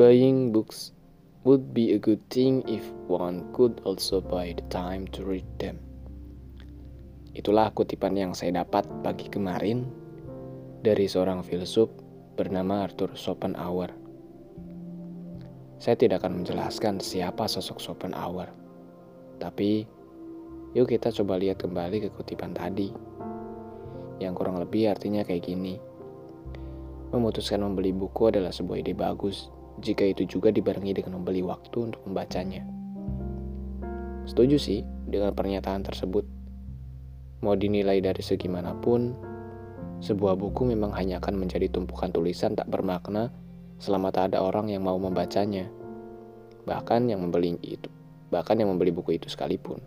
Buying books would be a good thing if one could also buy the time to read them. Itulah kutipan yang saya dapat pagi kemarin dari seorang filsuf bernama Arthur Schopenhauer. Saya tidak akan menjelaskan siapa sosok Schopenhauer, tapi yuk kita coba lihat kembali ke kutipan tadi, yang kurang lebih artinya kayak gini. Memutuskan membeli buku adalah sebuah ide bagus, jika itu juga dibarengi dengan membeli waktu untuk membacanya. Setuju sih dengan pernyataan tersebut. Mau dinilai dari segi manapun, sebuah buku memang hanya akan menjadi tumpukan tulisan tak bermakna selama tak ada orang yang mau membacanya. Bahkan yang membeli buku itu sekalipun.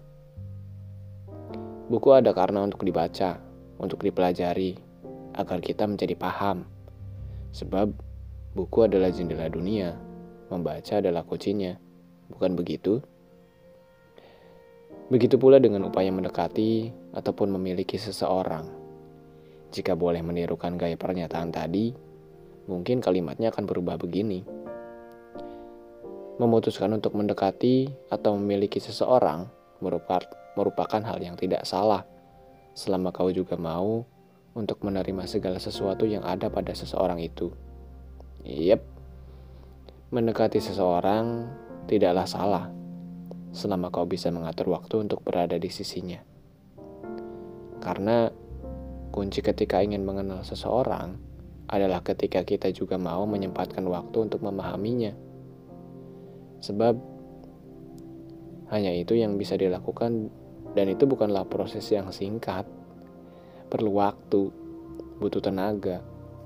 Buku ada karena untuk dibaca, untuk dipelajari, agar kita menjadi paham. Sebab buku adalah jendela dunia, membaca adalah kuncinya, bukan begitu? Begitu pula dengan upaya mendekati ataupun memiliki seseorang. Jika boleh menirukan gaya pernyataan tadi, mungkin kalimatnya akan berubah begini. Memutuskan untuk mendekati atau memiliki seseorang merupakan hal yang tidak salah, selama kau juga mau untuk menerima segala sesuatu yang ada pada seseorang itu. Yep, mendekati seseorang tidaklah salah, selama kau bisa mengatur waktu untuk berada di sisinya. Karena kunci ketika ingin mengenal seseorang adalah ketika kita juga mau menyempatkan waktu untuk memahaminya. Sebab hanya itu yang bisa dilakukan, dan itu bukanlah proses yang singkat. Perlu waktu, butuh tenaga.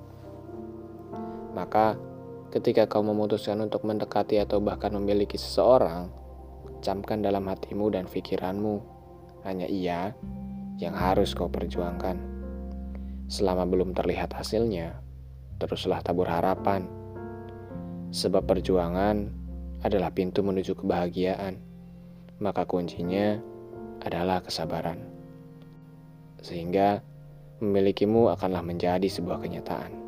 Maka ketika kau memutuskan untuk mendekati atau bahkan memiliki seseorang, camkan dalam hatimu dan pikiranmu, hanya ia yang harus kau perjuangkan. Selama belum terlihat hasilnya, teruslah tabur harapan. Sebab perjuangan adalah pintu menuju kebahagiaan, maka kuncinya adalah kesabaran. Sehingga memilikimu akanlah menjadi sebuah kenyataan.